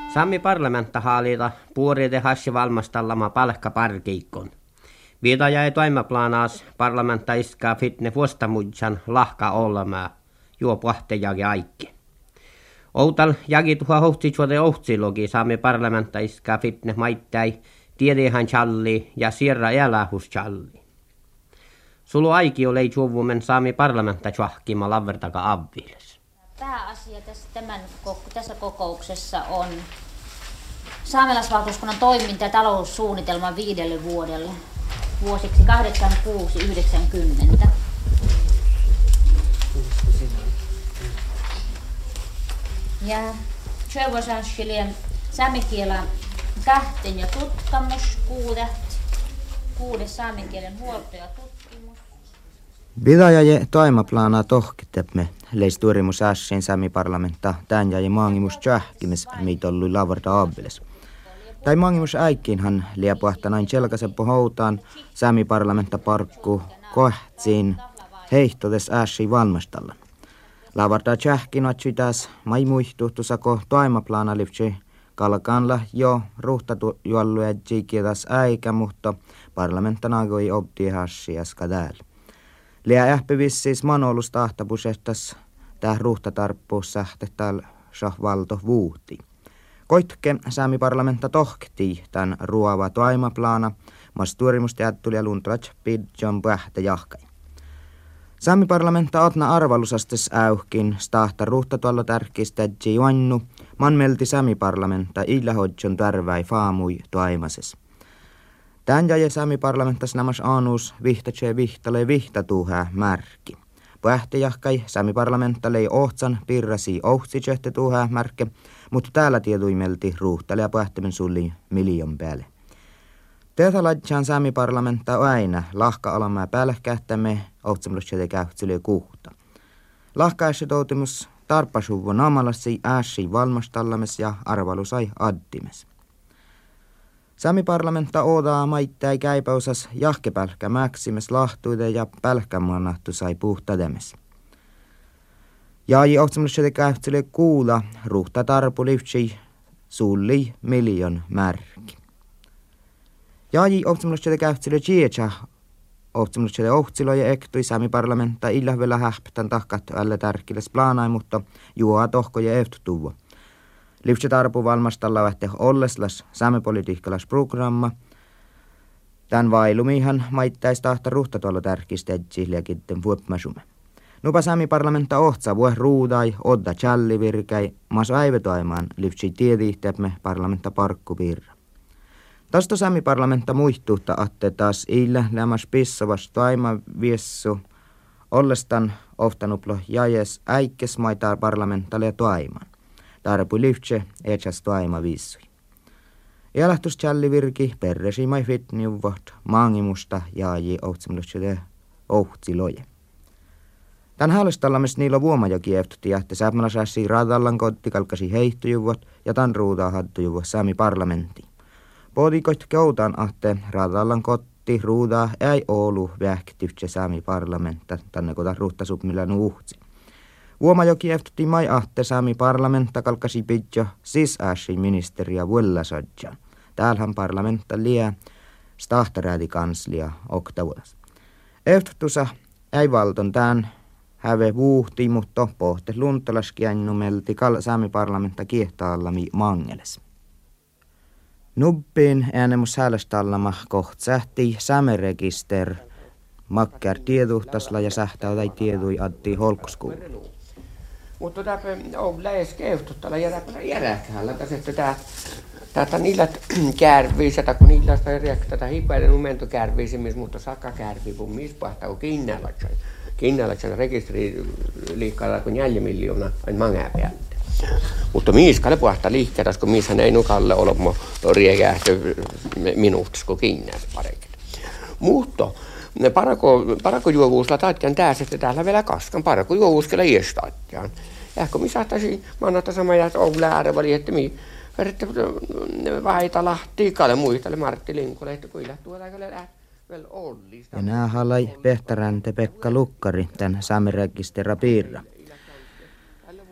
Sami parlamenttahaalita puorite hassi valmastallama palkkaparkiikon. Viita jäi toimaplanaas parlamentta iskaa fitne vuostamudjan lahka olemaa juo pahtejagi aikki. Outal jagi tuha hohtitsuote ohtsilogi Sami parlamentta iskaa fitne maittai tiedehän challi ja sierra elähus challi. Sulu aiki olei juovumen Sami parlamentta tjahkima lavertaka avviiles. Pääasia tässä kokouksessa on saamelaisvaltuuskunnan toiminta- ja taloussuunnitelma 5 vuodelle vuosiksi 86-90. Ja Tjövåsänskilien saamenkielen tähten ja tutkimus, 6 saamenkielen huolto ja tutkimus. Bidajaje toimaplana tohkitemme leis tuorimus ässin Sami parlamentta tän ja maangimus tjähkimis mitollu lavarta abbiles. Tai maangimus äikkiinhan liepuhtanain tjelkaseppo houtaan Sami parlamentta parkku kohtsin heihtotes ässi valmastallan. Lavarta tjähkin atsytäs mai muihtuhtusako toimaplana livtsi kalkaanla jo ruhtatujualluja tjikietas äikä, mutta parlamentta nagoi obtihassiaska täällä. Liä ähpivis siis manolus tahtapusehtas tää ruhtatarppuus sähtetäl sahvalto vuuti. Koitke Sami parlamentta tohktii tän ruova toimaplana, mas tuorimusta jättulia luntrats pidjon pähtä jahkai. Sami parlamentta otna arvalusastes äuhkin stahta ruhtatualla tärkistäjä juannu, manmelti Sami parlamentta illahodjon tärväi faamui toimases. Tän jäi Sami parlamenttas namas aanuus vihtatsee vihtale vihtatuuhää märki. Pähtejahkai Sami parlamentta lei ohtsan pirrasi ohtsitsehte tuuhää märke, mutta täällä tietuimelti ruuhtale ja pähtimen sulli miljon päälle. Teetalajaan Sami parlamentta aina lahka-alamaa päälläkähtämme ohtsamlussete käyhtsyle kuhta. Lahkaessa toutimus tarppasuvun amalasi ääsi valmastallames ja arvalusai addimes. Sami parlamentta odaa maittai käypäusas jahkepälkä mäksimes lahtuide ja pälkämanahtu sai puhtademes. Jaaji ohtsamlussete käyhtsyle kuula ruhta tarpu livtsi sulli miljon märki. Jaaji ohtsamlussete käyhtsyle jietsä ohtsamlussete ohtsiloja ektui Sami parlamentta illahvela hähtän tahkat älle tärkkiles plaanai, mutta juoa tohkoja eftutuva. Livtsi tarpu valmastalla vähte olleslas saamepolitiikkalas programma. Tän vailumihan maittais tahta ruhtatuolla tärkistäjille vuopmasume. Nupa Sami parlamentta ohtsa vuoh ruudai, odda challivirkäi, mas äivetoimaan livtsi tiediihteemme parlamentta parkkupiirra. Tästä Sami parlamentta muistuutta atte taas illä lämmäs pissavas taima viessu ollestan oftanuplo jajes äikkes maitaa parlamentalle toimaan. Tarpui lyhtse etsäs toima viissui. Elähtus challivirki perresi mai fitniuvot maangimusta jaaji ohtsamlussete ohtsiloje. Tän haalistallamis niillä vuomajoki eftuti jähte säpmäläsäsi radallan kotti kalkasi heihtujuvot ja tan ruudaa hattujuvot Sami parlamentti. Podikoit keutaan ahte radallan kotti ruudaa ei olu vähktyhtsä Sami parlamentta tänne kota ruhtasupmilla nuuhtsi. Vuomajoki eftuti mai ahte Sami parlamentta kalkasi pidjo sis äsi ministeriä vuollasadjan. Täällähän parlamentta liää stahtarädikanslia oktavuodas. Eftutusa ei valton tän häve vuuhti, mutta pohte luntalaskiannumelti Sami parlamentta kiehtaallami mangeles. Nubbiin äänemus häälestallama koht sähti Sami-register makkär tieduhtasla ja sähtää tai tiedui addi holkuskuun. Mutta tämä on lähes keuhtutalla järjäkällä, että tätä niillä kärvii, kun niillä sitä tätä hipäiden numento kärvii, mutta sakka kärvii, kun missä pahtaa, kun kinnallatsen rekisteri liikkaalla kun 4 miljoonaa mangää päältä. Mutta miiskalle puhtaa liikkeellä, kun missä ei nukalle ole riekäähtö minuuttis, kun kinnää parekin. Mutta parakojuovuusla taitjan tässä, että täällä vielä kaskan. Parakojuovuuskella iestaatjaan. Ehkä missä taisi mannata sama ja on läärevali, että vaita lahtiikalle muistalle Martti Linkolle, että kyllä tuolla vielä oli. Ja nää halai Pehtaränte Pekka Lukkari tän Sami-registerä piirra.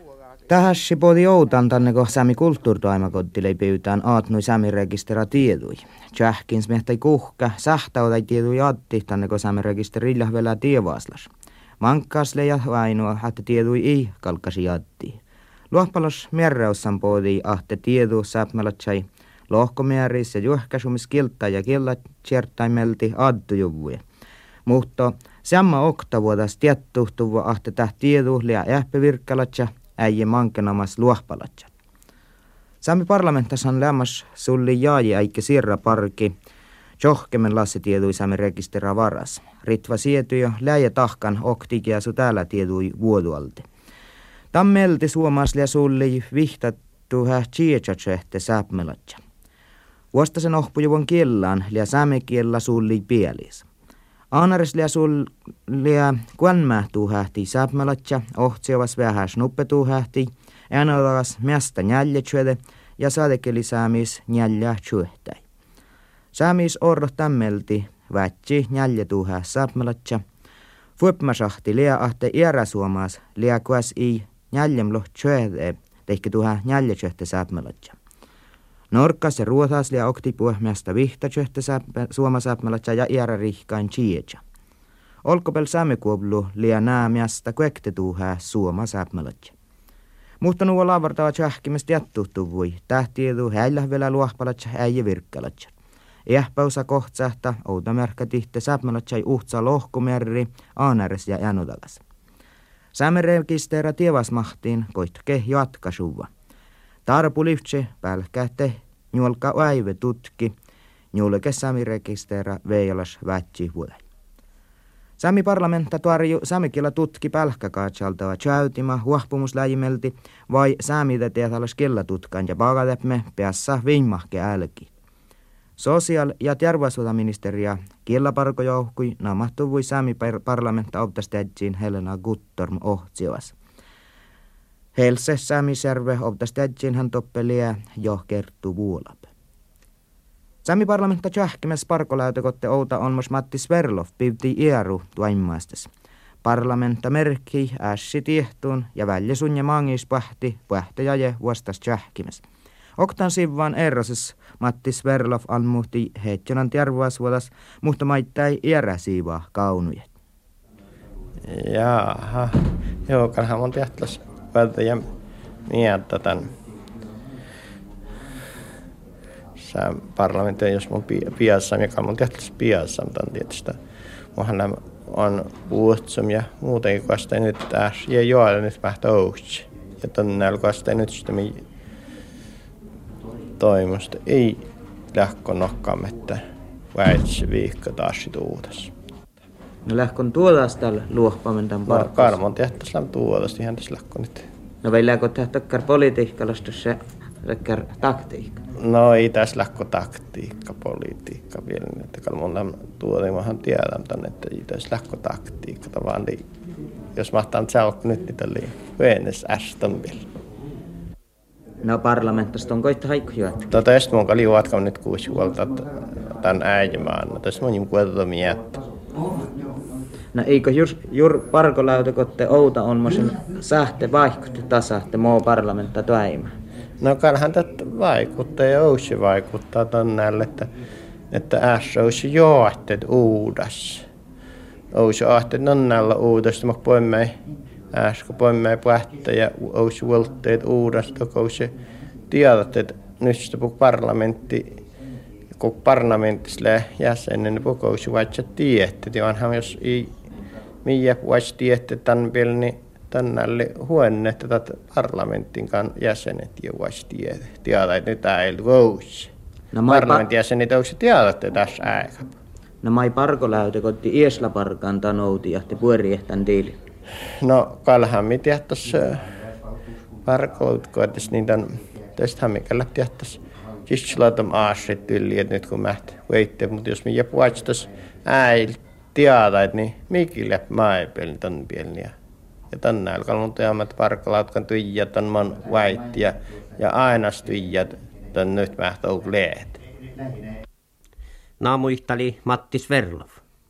Tähäsi podi outan tänne, kun Sami kulttuuritoimakottille pyytään aatnui Sami rekistera tiedui. Tjähkins mehtäi kuhka, sähtäutai tiedui atti tänne, kun Sami rekisterillä vielä tievaaslas. Mankkaasle ja vainua, että tiedui ei kalkasi atti. Luohpalos mierreussan podi ahte tiedu säpmälätsai lohkomääris ja juhkasumis kilta ja killat tjertaimelti addujuvuja. Mutta samma oktavuodas tiettuhtuva ahte tiedu lia ähpevirkkalatsa äijä mankenamas luohpalatsa. Sami parlamentassan lämmas sulli jaaji äikkä sirra parki. Johkemen lassi tiedui Sami rekistera varas. Ritva sietyi läjä tahkan oktikiasu täällä tiedui vuodualti. Tammelti suomaslia sulli vihtattu tsietsetsehte säpmelatsa. Vuostasen ohpujuvon kiellaan lia saamekiellä sulli pielis. Aanarislia sullia kuanmähtuu hähti säpmelatsa, ohtsivas vähäs nuppetuu hähti, äänolavas mästä njäljetsyöde ja saadekeli saamis njäljä tsyöhtäi. Saamis orro tämmelti vätsi njäljetuu häh säpmelatsa. Fuopmasahti lia ahte iäräsuomaas lia kuas i njäljem tsyöhde tehki tuha njäljetsyöhte säpmelatsa. Norkkas ja ruotas lia okti puhmeasta vihtatsyöhte suoma säpmelatsa ja iärä rihkain tsietsä. Olkopel saamekuoblu lia näämiasta kuektetuu häh suoma säpmelatsa. Mutta nuo lavartava tjähkimistä jättuhtuvui, tähtiedu häillähvelä luohpalatsa äijä virkkalatsa. Ehpäusa kohtsahta, outamärkkä tihte säpmälatsai uhtsa lohkumerri, aanäres ja jänudalas. Sämerekistera tievasmahtiin koitke jatkasuva. Tarpulivtse pälkähte, njolka äive tutki, njulke samirekistera veijalas vätsi vuodai. Sami parlamentta tuarju samikilla tutki pälkkäkaatsaltava tjäytima huahpumusläjimelti vai saamida tehtalas killa tutkan ja pagateppme peassa viimahke älki. Sosiaal- ja terveysministeriä kielaparkojouhkui namahtuvui Sami parlamentta optastäjiin Helena Guttorm ohtsiovas. Helse Sami serve optastäjiin hän toppelia jo kerttu vuolap. Sami parlamentta tjähkimäs parkoläytökotte outa onmos Matti Sverlov pivti iäru tuimmaastas. Parlamentta merkki ässi tiehtuun ja väljesun ja mangis pähtäjäje vuostas tjähkimäs. Oktan sivvaan erroses Matti Sverlov almuhti heitjonan tjärvuasvuodas, mutta maittai iäräsiivaa kaunujet. Jaha, joo, kanhan mun tehtäis vältä ja miettä tän parlamentin, jos mun piassa, mikä mun tehtäis piassa, mutta tietysti muhan on puhutsum ja muutenkin kosta nyt taas ja joilla nyt mähtä ouhtsi. Ja tonnella kosta nyt sitä toimusta ei lähkö nokkaametta väitsi viikko taas sit uudes. No lähkön tuodas tällä luohpamentan parkos? No karmon tehtäis lähm tuodas, ihan tässä lähkö nyt. No veilläkö tehtäkkär politiikkalastus se läkkär taktiikka? No ei tässä lähkö taktiikka, politiikka vielä. Että karmon lähm tuodemahan tiedän tänne, että ei tässä lähkö taktiikka. Vaan jos mahtaan tsaukko nyt niitä liian venes ästön vielä. No parlamentasta on koittaa haikkujuot. Tästä mun kali vatkam nyt 6 vuotta tämän äijämaan. Tästä mun niin kuitenkin miettä. No eikö jur parkoläytökotte outa on mosen sähte vaikutti tasahte muu parlamentta toima? No kyllähän tätä vaikuttaa ja ousi vaikuttaa tonnelle, että ässä ousi johtet uudas. Ousi ahtet nonnella uudas, mutta poimme äsken poimme pähtä ja ousi vuolteet uudas, ousi tiedät, että nyt sitä kun parlamentissa jäsenen, niin ousi vaikka tiedät, ja onhan jos ei miä vuosi tiedät tämän vielä, niin tänne huoneen, että parlamentin jäsenet ja vuosi tiedät, että nyt äiltä ousi. No, parlamentin jäsenet ousi tiedät tässä aikaa. No mai parkoläytökotti iesla parkaan tanouti ja te puoriehtan diili. No kalhan mi tehtäis parkoutkoitis niitä tästähän mikä tehtäis kislaatam aasit yli, että nyt kun mä veitte, mutta jos me jää puhutstas äil tiedät, niin mikä läp maipelin ton pielniä. Ja tänne alkaa mun teemat parkolautkan tuijat on mon vait ja aina tuijat ton nyt mä touk leet. Naamuihtali Matti Sverlov.